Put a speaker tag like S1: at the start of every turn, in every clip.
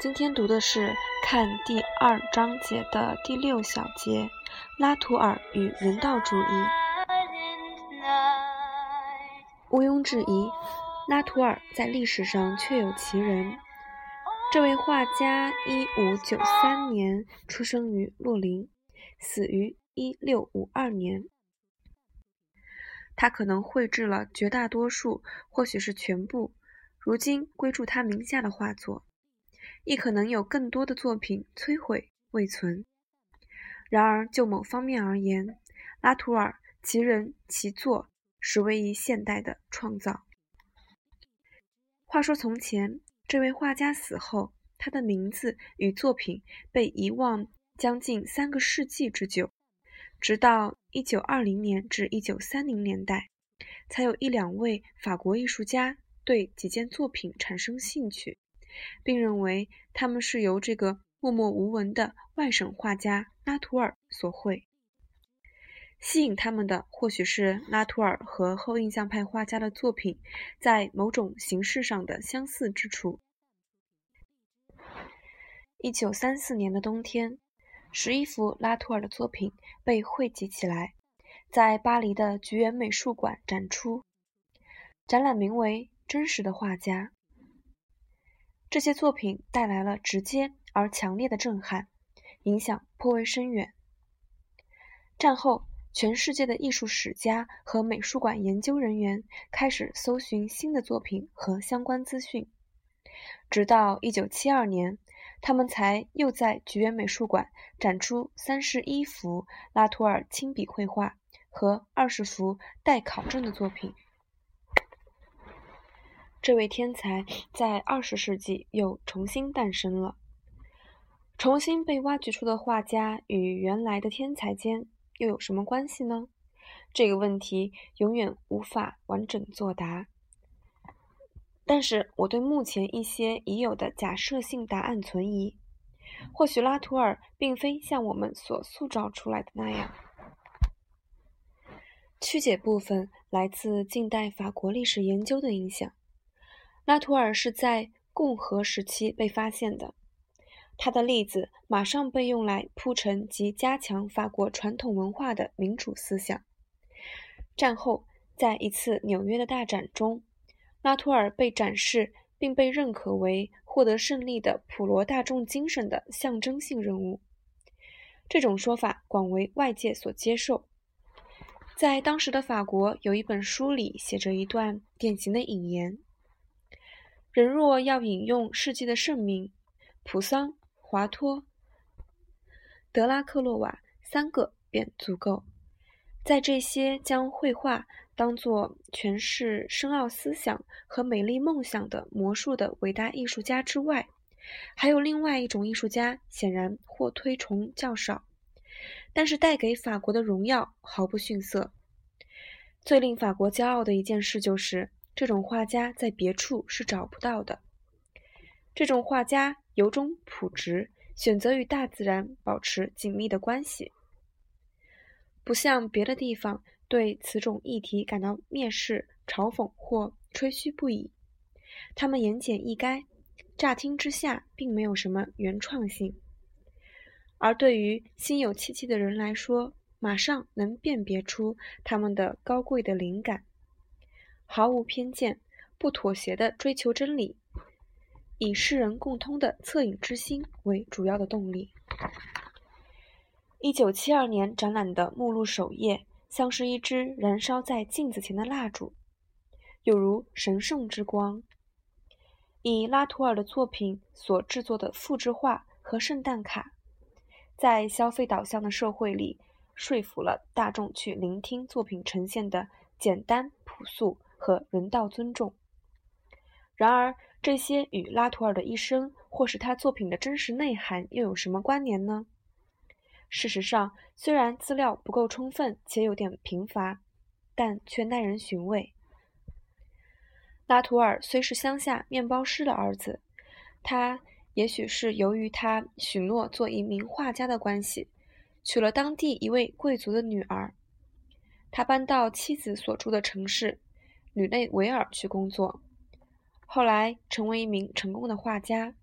S1: 今天读的是看第2章节的第6小节，拉图尔与人道主义。毋庸置疑，拉图尔在历史上确有其人。这位画家1593年出生于洛林，死于1652年。他可能绘制了绝大多数，或许是全部，如今归注他名下的画作，亦可能有更多的作品摧毁未存。然而就某方面而言，拉图尔其人其作实为一现代的创造。话说从前，这位画家死后，他的名字与作品被遗忘将近3个世纪之久，直到1920年至1930年代，才有1-2位法国艺术家对几件作品产生兴趣，并认为他们是由这个默默无闻的外省画家拉图尔所绘。吸引他们的或许是拉图尔和后印象派画家的作品在某种形式上的相似之处。1934年的冬天，11幅拉图尔的作品被汇集起来，在巴黎的橘园美术馆展出。展览名为《真实的画家》。这些作品带来了直接而强烈的震撼，影响颇为深远。战后，全世界的艺术史家和美术馆研究人员开始搜寻新的作品和相关资讯，直到1972年，他们才又在橘园美术馆展出31幅拉图尔亲笔绘画和20幅待考证的作品。这位天才在20世纪又重新诞生了。重新被挖掘出的画家与原来的天才间又有什么关系呢？这个问题永远无法完整作答。但是我对目前一些已有的假设性答案存疑。或许拉图尔并非像我们所塑造出来的那样。曲解部分来自近代法国历史研究的影响。拉图尔是在共和时期被发现的，他的例子马上被用来铺陈及加强法国传统文化的民主思想。战后，在一次纽约的大展中，拉图尔被展示并被认可为获得胜利的普罗大众精神的象征性人物。这种说法广为外界所接受。在当时的法国，有一本书里写着一段典型的引言：人若要引用世纪的圣名，普桑、华托、德拉克洛瓦3个便足够。在这些将绘画当作诠释深奥思想和美丽梦想的魔术的伟大艺术家之外，还有另外一种艺术家，显然或推崇较少，但是带给法国的荣耀毫不逊色。最令法国骄傲的一件事就是，这种画家在别处是找不到的。这种画家由衷朴直，选择与大自然保持紧密的关系。不像别的地方对此种议题感到蔑视、嘲讽或吹嘘不已，他们言简意赅，乍听之下并没有什么原创性。而对于心有戚戚的人来说，马上能辨别出他们的高贵的灵感，毫无偏见，不妥协地追求真理，以世人共通的恻隐之心为主要的动力。1972年展览的目录首页像是一支燃烧在镜子前的蜡烛，有如神圣之光。以拉图尔的作品所制作的复制画和圣诞卡，在消费导向的社会里说服了大众去聆听作品呈现的简单、朴素和人道尊重。然而，这些与拉图尔的一生或是他作品的真实内涵又有什么关联呢？事实上，虽然资料不够充分且有点贫乏，但却耐人寻味。拉图尔虽是乡下面包师的儿子，他也许是由于他许诺做一名画家的关系，娶了当地一位贵族的女儿。他搬到妻子所住的城市吕内维尔去工作，后来成为一名成功的画家，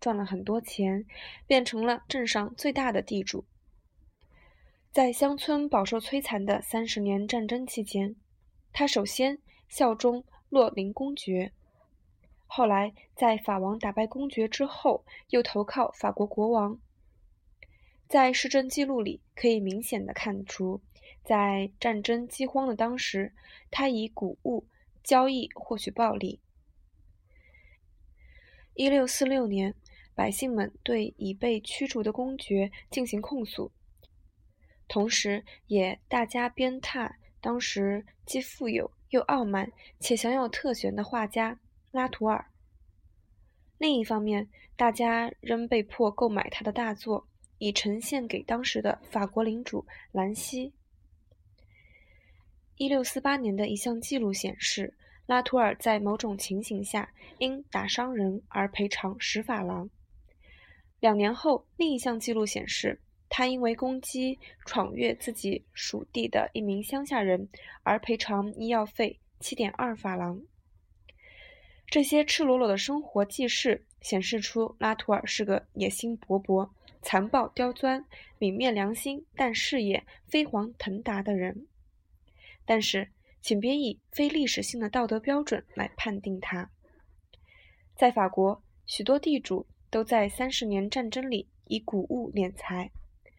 S1: 赚了很多钱，变成了镇上最大的地主。在乡村饱受摧残的30年战争期间，他首先效忠洛林公爵，后来在法王打败公爵之后，又投靠法国国王。在市政记录里可以明显地看出，在战争饥荒的当时，他以谷物交易获取暴利。1646年，百姓们对已被驱逐的公爵进行控诉，同时也大加鞭挞当时既富有又傲慢且享有特权的画家拉图尔。另一方面，大家仍被迫购买他的大作，以呈现给当时的法国领主兰西。1648年的一项记录显示，拉图尔在某种情形下因打伤人而赔偿10法郎。2年后，另一项记录显示，他因为攻击闯越自己属地的一名乡下人而赔偿医药费7.2法郎。这些赤裸裸的生活记事显示出拉图尔是个野心勃勃、残暴刁钻、泯灭良心但事业飞黄腾达的人。但是，请别以非历史性的道德标准来判定他。在法国，许多地主都在30年战争里以谷物敛财，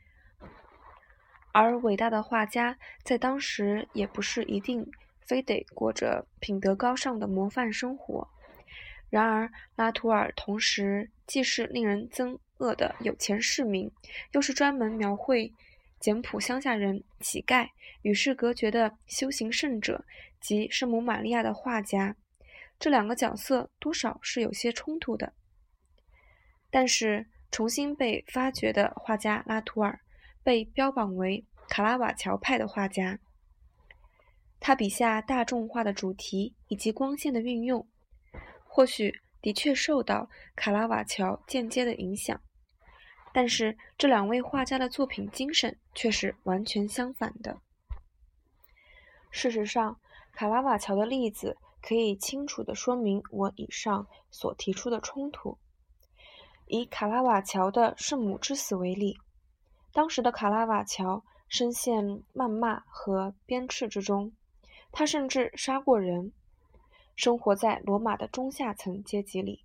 S1: 而伟大的画家在当时也不是一定非得过着品德高尚的模范生活。然而，拉图尔同时既是令人憎恶的有钱市民，又是专门描绘简朴乡下人、乞丐、与世隔绝的修行圣者及圣母玛利亚的画家。这2个角色多少是有些冲突的。但是，重新被发掘的画家拉图尔被标榜为卡拉瓦乔派的画家。他笔下大众化的主题以及光线的运用，或许的确受到卡拉瓦乔间接的影响，但是这2位画家的作品精神却是完全相反的。事实上，卡拉瓦乔的例子可以清楚地说明我以上所提出的冲突。以卡拉瓦乔的圣母之死为例，当时的卡拉瓦乔深陷谩骂和鞭笞之中，他甚至杀过人，生活在罗马的中下层阶级里。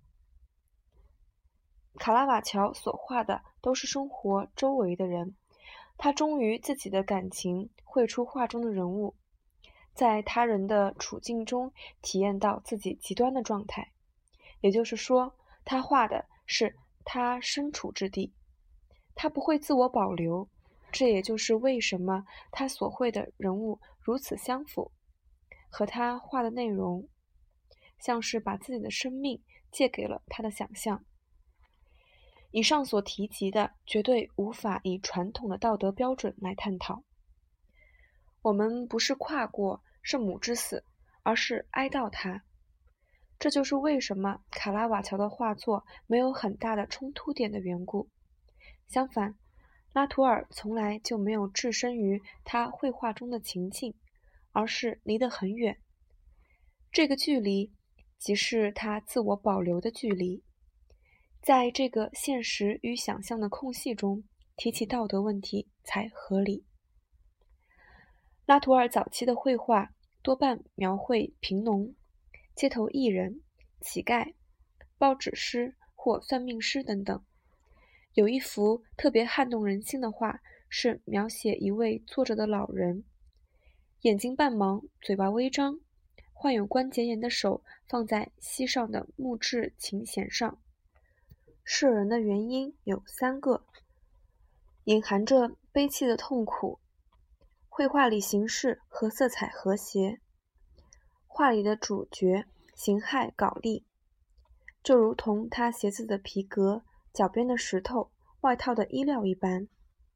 S1: 卡拉瓦乔所画的都是生活周围的人，他忠于自己的感情，绘出画中的人物，在他人的处境中体验到自己极端的状态，也就是说，他画的是他身处之地，他不会自我保留。这也就是为什么他所绘的人物如此相符，和他画的内容像是把自己的生命借给了他的想象。以上所提及的绝对无法以传统的道德标准来探讨。我们不是跨过圣母之死，而是哀悼他。这就是为什么卡拉瓦乔的画作没有很大的冲突点的缘故。相反，拉图尔从来就没有置身于他绘画中的情境，而是离得很远。这个距离即是他自我保留的距离。在这个现实与想象的空隙中提起道德问题才合理。拉图尔早期的绘画多半描绘贫农、街头艺人、乞丐、包纸师或算命师等等。有一幅特别撼动人心的画，是描写一位坐着的老人，眼睛半盲，嘴巴微张，患有关节炎的手放在膝上的木质琴弦上。摄人的原因有3个，隐含着悲戚的痛苦。绘画里形式和色彩和谐，画里的主角形骸搞丽，就如同他鞋子的皮革、脚边的石头、外套的衣料一般，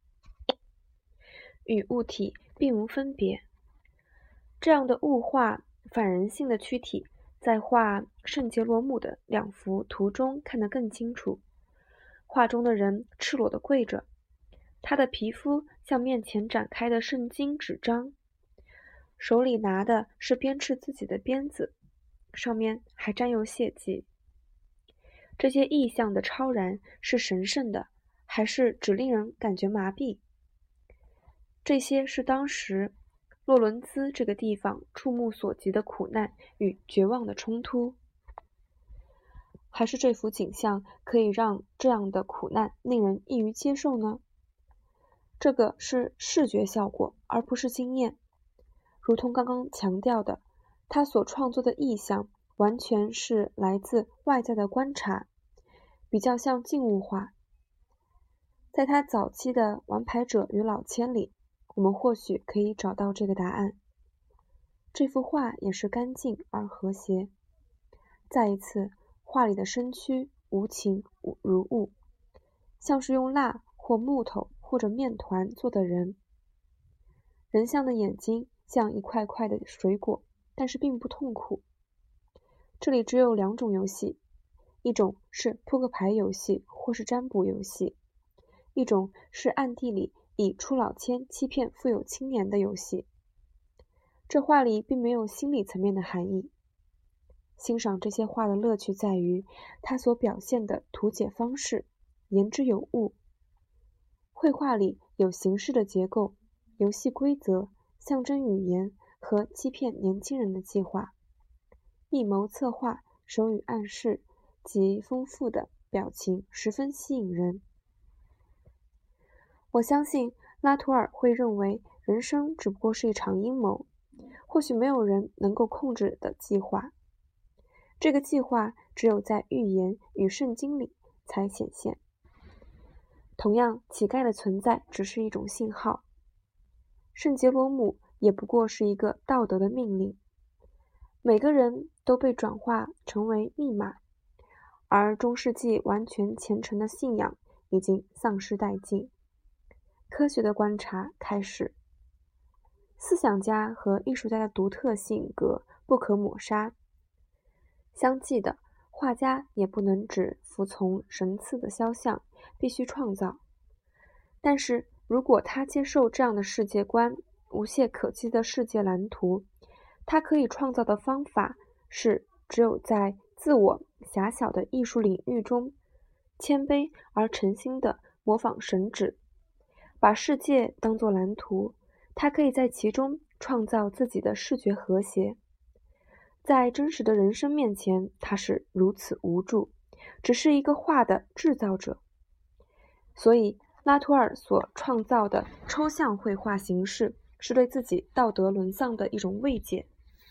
S1: 与物体并无分别。这样的物化反人性的躯体，在画圣杰罗姆的2幅图中看得更清楚。画中的人赤裸地跪着，他的皮肤像面前展开的圣经纸张，手里拿的是鞭笞自己的鞭子，上面还沾有血迹。 这些意象的超然是神圣的，还是只令人感觉麻痹？这些是当时洛伦兹这个地方触目所及的苦难与绝望的冲突，还是这幅景象可以让这样的苦难令人易于接受呢？这个是视觉效果，而不是经验。如同刚刚强调的，他所创作的意象完全是来自外在的观察，比较像静物画。在他早期的《玩牌者与老千》里，我们或许可以找到这个答案。这幅画也是干净而和谐。再一次，画里的身躯无情如雾，像是用蜡或木头或者面团做的人。人像的眼睛像一块块的水果，但是并不痛苦。这里只有2种游戏，一种是扑克牌游戏或是占卜游戏，一种是暗地里以出老千欺骗富有青年的游戏。这画里并没有心理层面的含义。欣赏这些画的乐趣在于它所表现的图解方式，言之有物。绘画里有形式的结构、游戏规则、象征语言和欺骗年轻人的计划。密谋策划、手语暗示及丰富的表情十分吸引人。我相信拉图尔会认为人生只不过是一场阴谋，或许没有人能够控制的计划。这个计划只有在预言与圣经里才显现。同样，乞丐的存在只是一种信号。圣杰罗姆也不过是一个道德的命令。每个人都被转化成为密码，而中世纪完全虔诚的信仰已经丧失殆尽。科学的观察开始。思想家和艺术家的独特性格不可抹杀。相继的，画家也不能只服从神赐的肖像，必须创造。但是如果他接受这样的世界观，无懈可击的世界蓝图，他可以创造的方法是只有在自我狭小的艺术领域中，谦卑而诚心地模仿神旨，把世界当作蓝图，他可以在其中创造自己的视觉和谐。在真实的人生面前，他是如此无助，只是一个画的制造者。所以拉图尔所创造的抽象绘画形式是对自己道德沦丧的一种慰藉。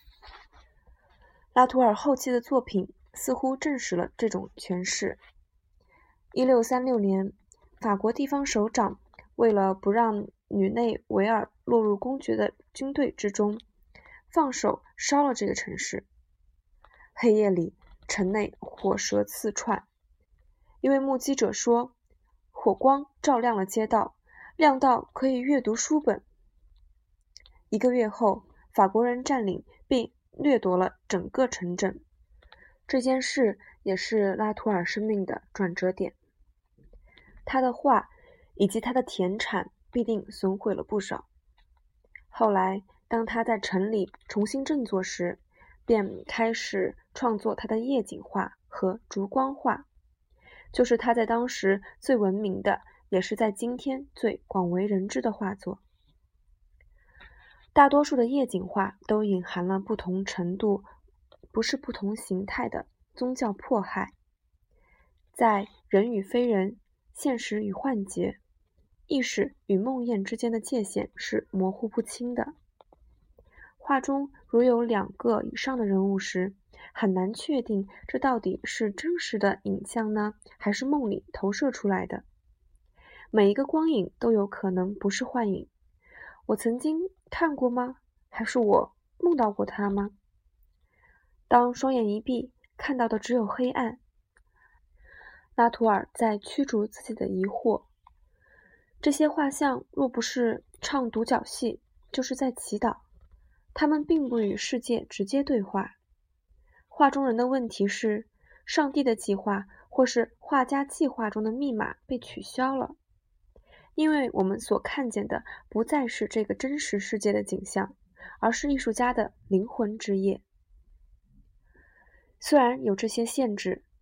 S1: 拉图尔后期的作品似乎证实了这种诠释。1636年，法国地方首长为了不让女内维尔落入公爵的军队之中，放手烧了这个城市。黑夜里，城内火舌四窜。一位目击者说，火光照亮了街道，亮到可以阅读书本。1个月后，法国人占领并掠夺了整个城镇。这件事也是拉图尔生命的转折点。他的画以及他的田产必定损毁了不少。后来，当他在城里重新振作时，便开始创作他的夜景画和烛光画，就是他在当时最闻名的，也是在今天最广为人知的画作。大多数的夜景画都隐含了不同程度，不是不同形态的宗教迫害。在人与非人、现实与幻觉、意识与梦魇之间的界限是模糊不清的。画中如有2个以上的人物时，很难确定这到底是真实的影像呢，还是梦里投射出来的。每一个光影都有可能不是幻影。我曾经看过吗？还是我梦到过它吗？当双眼一闭，看到的只有黑暗。拉图尔在驱逐自己的疑惑。这些画像若不是唱独角戏，就是在祈祷。他们并不与世界直接对话。画中人的问题是，上帝的计划或是画家计划中的密码被取消了，因为我们所看见的不再是这个真实世界的景象，而是艺术家的灵魂之夜。虽然有这些限制，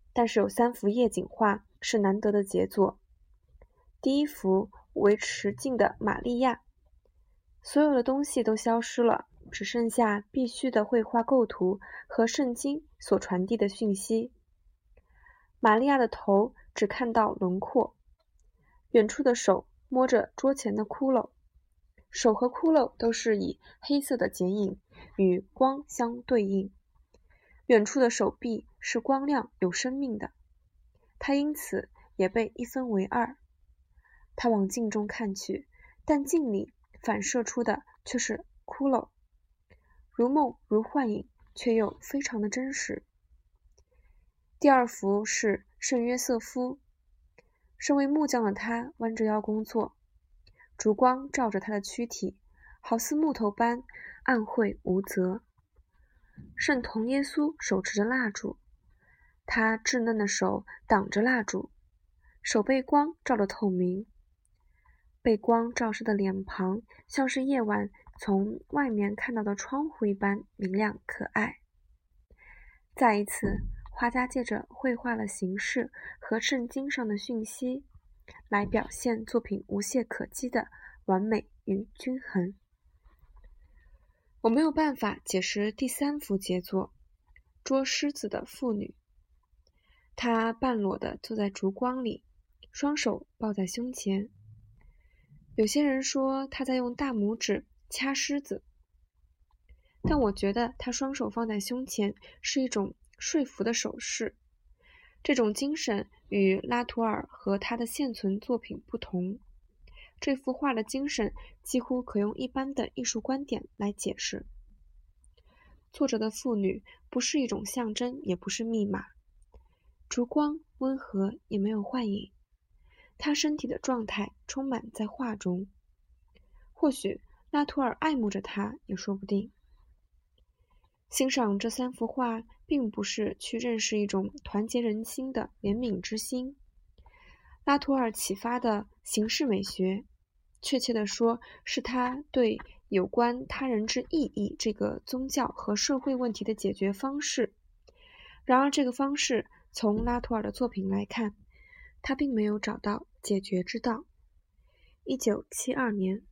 S1: 但是有3幅夜景画是难得的杰作。第一幅为池境的玛利亚，所有的东西都消失了，只剩下必须的绘画构图和圣经所传递的讯息。玛利亚的头只看到轮廓，远处的手摸着桌前的骷髅，手和骷髅都是以黑色的剪影与光相对应，远处的手臂是光亮有生命的，它因此也被一分为二。他往镜中看去，但镜里反射出的却是骷髅，如梦如幻影，却又非常的真实。第二幅是圣约瑟夫，身为木匠的他弯着腰工作，烛光照着他的躯体，好似木头般暗晦无泽。圣童耶稣手持着蜡烛，他稚嫩的手挡着蜡烛，手被光照得透明，被光照射的脸庞像是夜晚从外面看到的窗户一般明亮可爱。再一次，画家借着绘画了形式和圣经上的讯息，来表现作品无懈可击的完美与均衡。我没有办法解释第3幅杰作，捉狮子的妇女。她半裸地坐在烛光里，双手抱在胸前。有些人说她在用大拇指掐狮子，但我觉得她双手放在胸前是一种说服的手势。这种精神与拉图尔和他的现存作品不同。这幅画的精神几乎可用一般的艺术观点来解释。作者的妇女不是一种象征，也不是密码。烛光温和，也没有幻影。她身体的状态充满在画中。或许拉图尔爱慕着她也说不定。欣赏这3幅画并不是去认识一种团结人心的怜悯之心。拉图尔启发的形式美学，确切地说是他对有关他人之意义这个宗教和社会问题的解决方式。然而这个方式从拉图尔的作品来看，他并没有找到解决之道。1972年